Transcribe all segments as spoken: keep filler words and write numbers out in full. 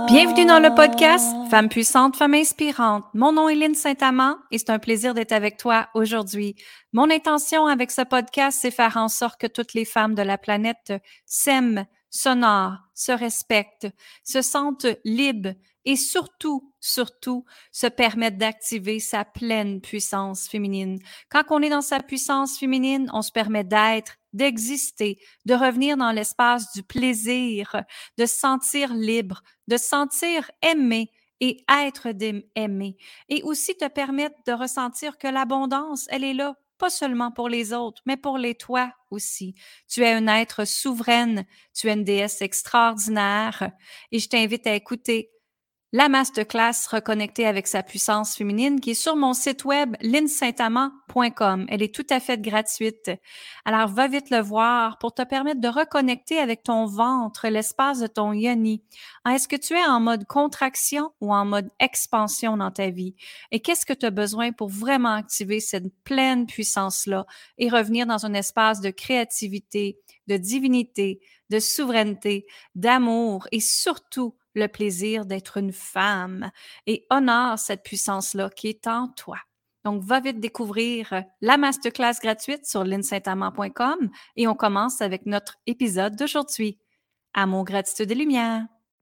Bienvenue dans le podcast Femmes puissantes, femmes inspirantes. Mon nom est Lynne Saint-Amand et c'est un plaisir d'être avec toi aujourd'hui. Mon intention avec ce podcast, c'est faire en sorte que toutes les femmes de la planète s'aiment, s'honorent, se respectent, se sentent libres et surtout, surtout, se permettent d'activer sa pleine puissance féminine. Quand on est dans sa puissance féminine, on se permet d'être, d'exister, de revenir dans l'espace du plaisir, de se sentir libre, de se sentir aimé et être aimé. Et aussi te permettre de ressentir que l'abondance, elle est là, pas seulement pour les autres, mais pour les toi aussi. Tu es un être souveraine, tu es une déesse extraordinaire et je t'invite à écouter la masterclass Reconnecter avec sa puissance féminine qui est sur mon site web lynne saint amand point com. Elle est tout à fait gratuite. Alors, va vite le voir pour te permettre de reconnecter avec ton ventre, l'espace de ton yoni. Est-ce que tu es en mode contraction ou en mode expansion dans ta vie? Et qu'est-ce que tu as besoin pour vraiment activer cette pleine puissance-là et revenir dans un espace de créativité, de divinité, de souveraineté, d'amour et surtout le plaisir d'être une femme et honore cette puissance-là qui est en toi. Donc, va vite découvrir la masterclass gratuite sur lynne saint amand point com et on commence avec notre épisode d'aujourd'hui. Amour, gratitude et lumière.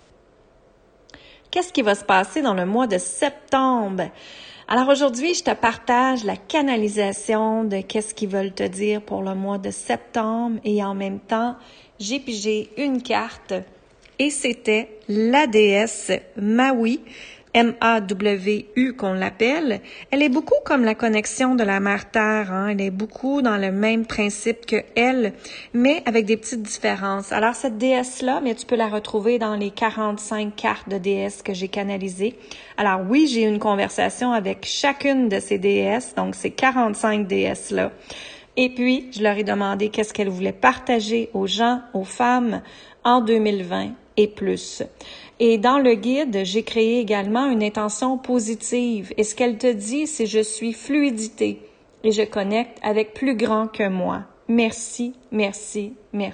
Qu'est-ce qui va se passer dans le mois de septembre? Alors aujourd'hui, je te partage la canalisation de qu'est-ce qu'ils veulent te dire pour le mois de septembre et en même temps, j'ai pigé une carte et c'était la déesse Maui, M A W U qu'on l'appelle. Elle est beaucoup comme la connexion de la Mère Terre, hein? Elle est beaucoup dans le même principe que elle, mais avec des petites différences. Alors cette déesse-là, mais tu peux la retrouver dans les quarante-cinq cartes de déesses que j'ai canalisées. Alors oui, j'ai eu une conversation avec chacune de ces déesses, donc ces quarante-cinq déesses-là. Et puis, je leur ai demandé qu'est-ce qu'elles voulaient partager aux gens, aux femmes en deux mille vingt et plus. Et dans le guide, j'ai créé également une intention positive. Et ce qu'elle te dit, c'est « Je suis fluidité et je connecte avec plus grand que moi. Merci, merci, merci. »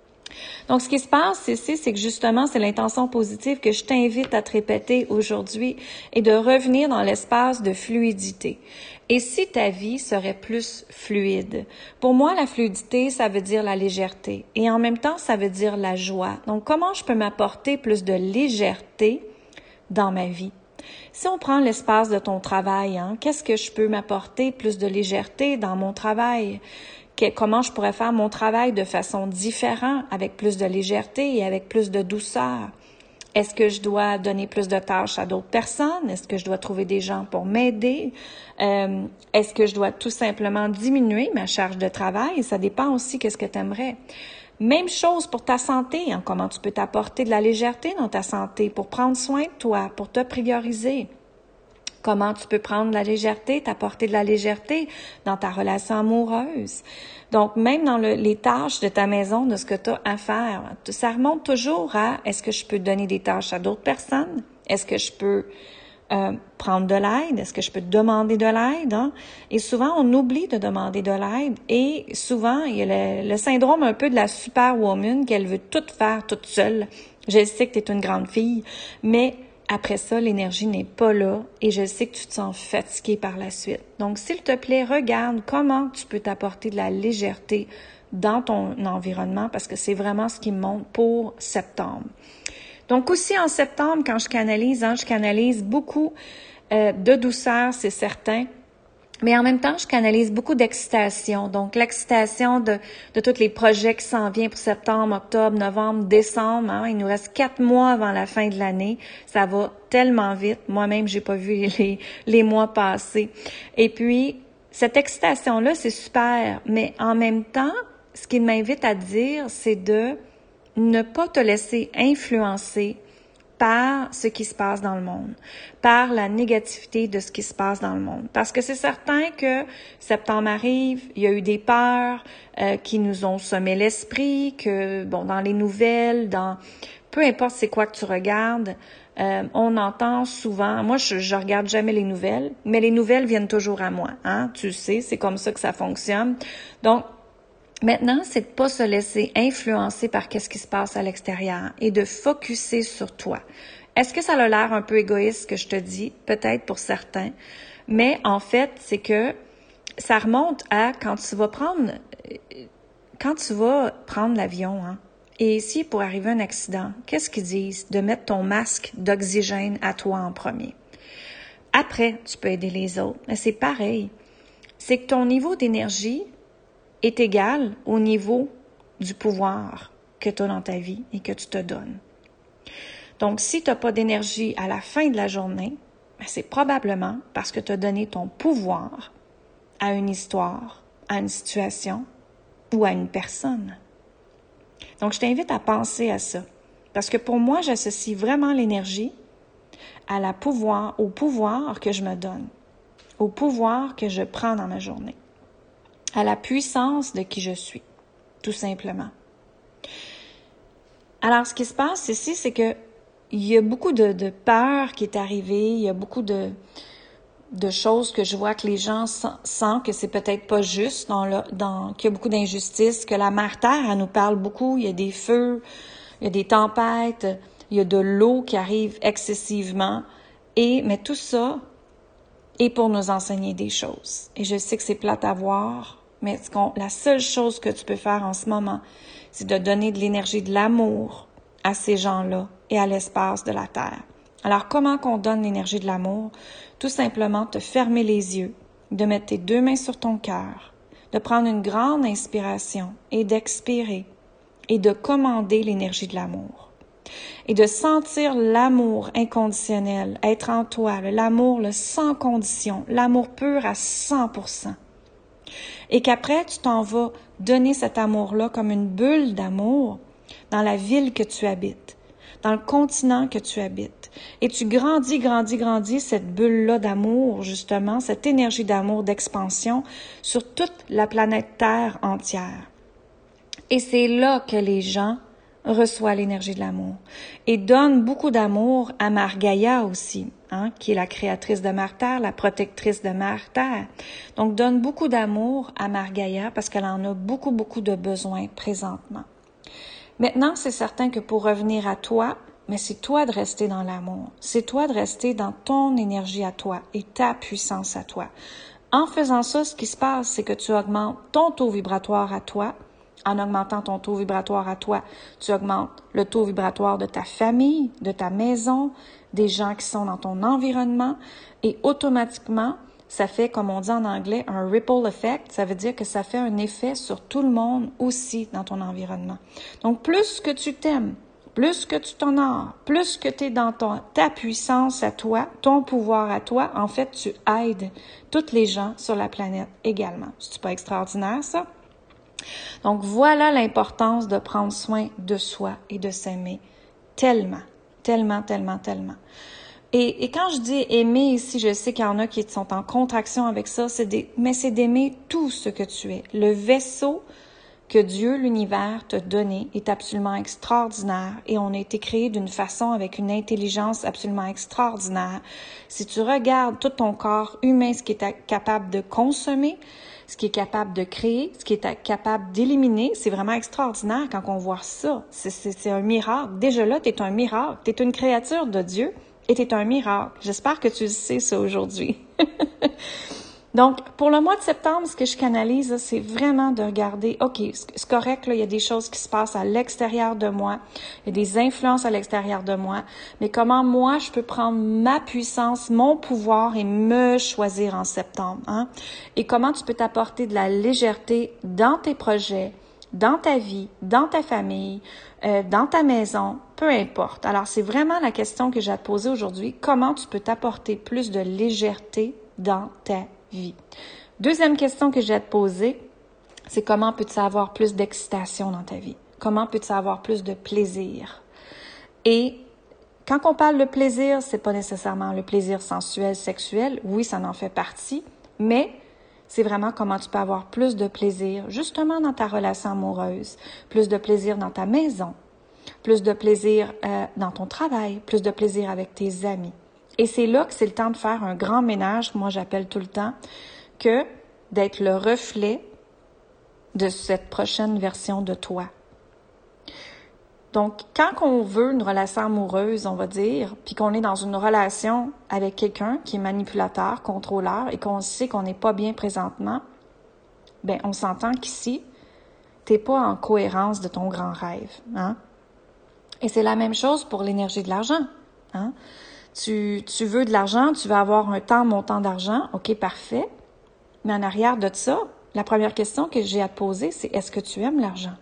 Donc, ce qui se passe ici, c'est que justement, c'est l'intention positive que je t'invite à te répéter aujourd'hui et de revenir dans l'espace de fluidité. Et si ta vie serait plus fluide? Pour moi, la fluidité, ça veut dire la légèreté. Et en même temps, ça veut dire la joie. Donc, comment je peux m'apporter plus de légèreté dans ma vie? Si on prend l'espace de ton travail, hein, qu'est-ce que je peux m'apporter plus de légèreté dans mon travail? Que, comment je pourrais faire mon travail de façon différente, avec plus de légèreté et avec plus de douceur? Est-ce que je dois donner plus de tâches à d'autres personnes? Est-ce que je dois trouver des gens pour m'aider? Euh, est-ce que je dois tout simplement diminuer ma charge de travail? Ça dépend aussi qu'est-ce que tu aimerais. Même chose pour ta santé, hein, comment tu peux t'apporter de la légèreté dans ta santé pour prendre soin de toi, pour te prioriser. Comment tu peux prendre de la légèreté, t'apporter de la légèreté dans ta relation amoureuse. Donc, même dans le, les tâches de ta maison, de ce que tu as à faire, ça remonte toujours à est-ce que je peux donner des tâches à d'autres personnes? Est-ce que je peux euh, prendre de l'aide? Est-ce que je peux demander de l'aide? Hein? Et souvent, on oublie de demander de l'aide et souvent, il y a le, le syndrome un peu de la superwoman qu'elle veut tout faire toute seule. Je sais que tu es une grande fille, mais après ça, l'énergie n'est pas là et je sais que tu te sens fatigué par la suite. Donc, s'il te plaît, regarde comment tu peux t'apporter de la légèreté dans ton environnement parce que c'est vraiment ce qui me montre pour septembre. Donc, aussi en septembre, quand je canalise, hein, je canalise beaucoup euh, de douceur, c'est certain. Mais en même temps, je canalise beaucoup d'excitation. Donc, l'excitation de, de tous les projets qui s'en viennent pour septembre, octobre, novembre, décembre. Hein. Il nous reste quatre mois avant la fin de l'année. Ça va tellement vite. Moi-même, j'ai pas vu les, les mois passer. Et puis, cette excitation-là, c'est super. Mais en même temps, ce qu'il m'invite à dire, c'est de ne pas te laisser influencer par ce qui se passe dans le monde, par la négativité de ce qui se passe dans le monde. Parce que c'est certain que septembre arrive, il y a eu des peurs euh, qui nous ont semé l'esprit, que bon, dans les nouvelles, dans peu importe c'est quoi que tu regardes, euh, on entend souvent, moi je, je regarde jamais les nouvelles, mais les nouvelles viennent toujours à moi, hein, tu sais, c'est comme ça que ça fonctionne. Donc, maintenant, c'est de pas se laisser influencer par qu'est-ce qui se passe à l'extérieur et de focusser sur toi Est-ce que ça a l'air un peu égoïste ce que je te dis? Peut-être pour certains. Mais en fait, c'est que ça remonte à quand tu vas prendre quand tu vas prendre l'avion, hein, et ici, pour arriver à un accident, qu'est-ce qu'ils disent? De mettre ton masque d'oxygène à toi en premier. Après, tu peux aider les autres. Mais c'est pareil. C'est que ton niveau d'énergie est égal au niveau du pouvoir que tu as dans ta vie et que tu te donnes. Donc, si tu n'as pas d'énergie à la fin de la journée, c'est probablement parce que tu as donné ton pouvoir à une histoire, à une situation ou à une personne. Donc, je t'invite à penser à ça. Parce que pour moi, j'associe vraiment l'énergie à la pouvoir, au pouvoir que je me donne, au pouvoir que je prends dans ma journée, à la puissance de qui je suis, tout simplement. Alors, ce qui se passe ici, c'est que il y a beaucoup de, de peur qui est arrivée, il y a beaucoup de, de choses que je vois que les gens sentent que c'est peut-être pas juste, dans le, dans, qu'il y a beaucoup d'injustices, que la Mère Terre, elle nous parle beaucoup, il y a des feux, il y a des tempêtes, il y a de l'eau qui arrive excessivement, et mais tout ça est pour nous enseigner des choses. Et je sais que c'est plate à voir, mais ce qu'on, la seule chose que tu peux faire en ce moment, c'est de donner de l'énergie, de l'amour à ces gens-là et à l'espace de la Terre. Alors, comment qu'on donne l'énergie de l'amour? Tout simplement, te fermer les yeux, de mettre tes deux mains sur ton cœur, de prendre une grande inspiration et d'expirer et de commander l'énergie de l'amour. Et de sentir l'amour inconditionnel être en toi, l'amour le sans condition, l'amour pur à cent pour cent. Et qu'après, tu t'en vas donner cet amour-là comme une bulle d'amour dans la ville que tu habites, dans le continent que tu habites. Et tu grandis, grandis, grandis cette bulle-là d'amour, justement, cette énergie d'amour, d'expansion sur toute la planète Terre entière. Et c'est là que les gens reçoivent l'énergie de l'amour et donnent beaucoup d'amour à Mère Gaïa aussi, hein, qui est la créatrice de Mère Terre, la protectrice de Mère Terre. Donc, donne beaucoup d'amour à Mère Gaïa parce qu'elle en a beaucoup, beaucoup de besoins présentement. Maintenant, c'est certain que pour revenir à toi, mais c'est toi de rester dans l'amour. C'est toi de rester dans ton énergie à toi et ta puissance à toi. En faisant ça, ce qui se passe, c'est que tu augmentes ton taux vibratoire à toi. En augmentant ton taux vibratoire à toi, tu augmentes le taux vibratoire de ta famille, de ta maison, des gens qui sont dans ton environnement et automatiquement, ça fait, comme on dit en anglais, un ripple effect. Ça veut dire que ça fait un effet sur tout le monde aussi dans ton environnement. Donc, plus que tu t'aimes, plus que tu t'honores, plus que tu es dans ton, ta puissance à toi, ton pouvoir à toi, en fait, tu aides toutes les gens sur la planète également. C'est pas extraordinaire, ça? Donc, voilà l'importance de prendre soin de soi et de s'aimer tellement, tellement, tellement, tellement. Et, et quand je dis aimer ici, je sais qu'il y en a qui sont en contraction avec ça, c'est des, mais c'est d'aimer tout ce que tu es. Le vaisseau que Dieu, l'univers, t'a donné est absolument extraordinaire et on a été créé d'une façon avec une intelligence absolument extraordinaire. Si tu regardes tout ton corps humain, ce qui est capable de consommer, ce qui est capable de créer, ce qui est capable d'éliminer, c'est vraiment extraordinaire quand on voit ça. C'est, c'est, c'est un miracle. Déjà là, tu es un miracle. Tu es une créature de Dieu et tu es un miracle. J'espère que tu le sais ça aujourd'hui. Donc, pour le mois de septembre, ce que je canalise, c'est vraiment de regarder, OK, c'est correct, là, il y a des choses qui se passent à l'extérieur de moi, il y a des influences à l'extérieur de moi, mais comment moi, je peux prendre ma puissance, mon pouvoir et me choisir en septembre, hein? Et comment tu peux t'apporter de la légèreté dans tes projets, dans ta vie, dans ta famille, euh, dans ta maison, peu importe. Alors, c'est vraiment la question que j'ai à te poser aujourd'hui. Comment tu peux t'apporter plus de légèreté dans ta vie? Deuxième question que j'ai à te poser, c'est comment peux-tu avoir plus d'excitation dans ta vie? Comment peux-tu avoir plus de plaisir? Et quand on parle de plaisir, c'est pas nécessairement le plaisir sensuel, sexuel. Oui, ça en fait partie, mais c'est vraiment comment tu peux avoir plus de plaisir justement dans ta relation amoureuse, plus de plaisir dans ta maison, plus de plaisir euh, dans ton travail, plus de plaisir avec tes amis. Et c'est là que c'est le temps de faire un grand ménage, moi j'appelle tout le temps, que d'être le reflet de cette prochaine version de toi. Donc, quand on veut une relation amoureuse, on va dire, puis qu'on est dans une relation avec quelqu'un qui est manipulateur, contrôleur, et qu'on sait qu'on n'est pas bien présentement, ben on s'entend qu'ici, t'es pas en cohérence de ton grand rêve, hein? Et c'est la même chose pour l'énergie de l'argent, hein? Tu, tu veux de l'argent, tu veux avoir un temps montant d'argent, ok, parfait. Mais en arrière de ça, la première question que j'ai à te poser, c'est est-ce que tu aimes l'argent?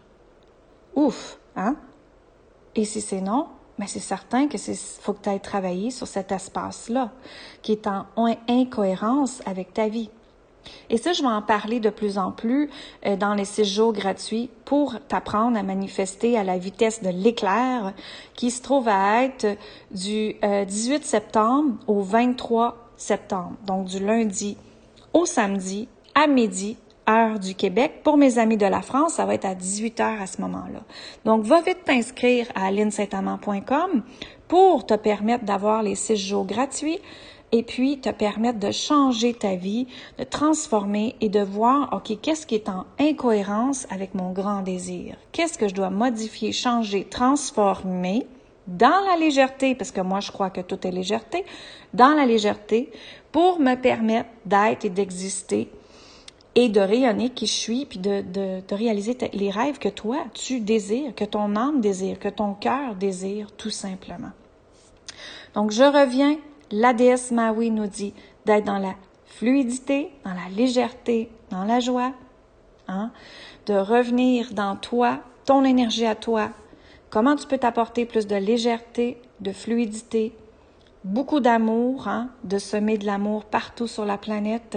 Ouf, hein? Et si c'est non, ben c'est certain que c'est faut que tu ailles travailler sur cet espace-là, qui est en incohérence avec ta vie. Et ça, je vais en parler de plus en plus euh, dans les six jours gratuits pour t'apprendre à manifester à la vitesse de l'éclair, qui se trouve à être du euh, dix-huit septembre au vingt-trois septembre, donc du lundi au samedi à midi, heure du Québec. Pour mes amis de la France, ça va être à dix-huit heures à ce moment-là. Donc, va vite t'inscrire à aline saint amand point com pour te permettre d'avoir les six jours gratuits et puis te permettre de changer ta vie, de transformer et de voir, OK, qu'est-ce qui est en incohérence avec mon grand désir? Qu'est-ce que je dois modifier, changer, transformer dans la légèreté, parce que moi, je crois que tout est légèreté, dans la légèreté, pour me permettre d'être et d'exister et de rayonner qui je suis, puis de, de, de réaliser t- les rêves que toi, tu désires, que ton âme désire, que ton cœur désire, tout simplement. Donc, je reviens, la déesse Maui nous dit d'être dans la fluidité, dans la légèreté, dans la joie, hein, de revenir dans toi, ton énergie à toi. Comment tu peux t'apporter plus de légèreté, de fluidité, beaucoup d'amour, hein, de semer de l'amour partout sur la planète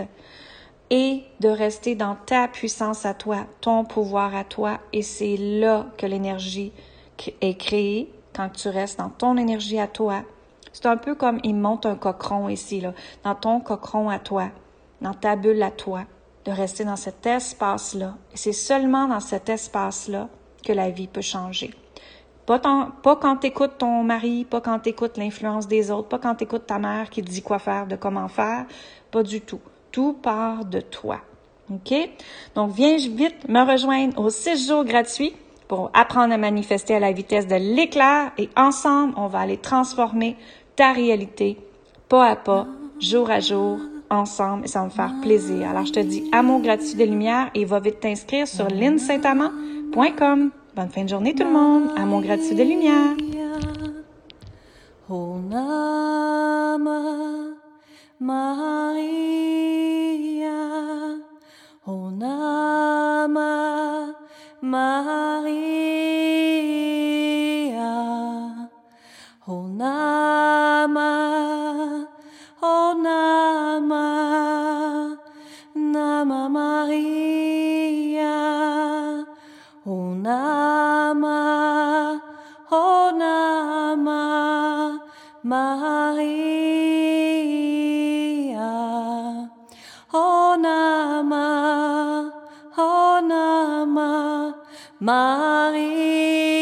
et de rester dans ta puissance à toi, ton pouvoir à toi. Et c'est là que l'énergie est créée, quand tu restes dans ton énergie à toi. C'est un peu comme il monte un cocoon ici, là, dans ton cocoon à toi, dans ta bulle à toi, de rester dans cet espace-là. Et c'est seulement dans cet espace-là que la vie peut changer. Pas, ton, pas quand t'écoutes ton mari, pas quand t'écoutes l'influence des autres, pas quand t'écoutes ta mère qui te dit quoi faire, de comment faire, pas du tout. Tout part de toi. OK? Donc, viens vite me rejoindre aux six jours gratuits pour apprendre à manifester à la vitesse de l'éclair et ensemble, on va aller transformer ta réalité, pas à pas, jour à jour, ensemble, et ça va me faire plaisir. Alors, je te dis amour, gratitude et lumière et va vite t'inscrire sur aline saint amand point com. Bonne fin de journée tout le monde. Amour, gratitude et lumière. Oh Nama Maria, Oh Nama Maria, Oh Nama, Oh Nama, Nama Maria, Oh Nama, Oh Nama Maria, Oh Nama, Oh Nama Maria.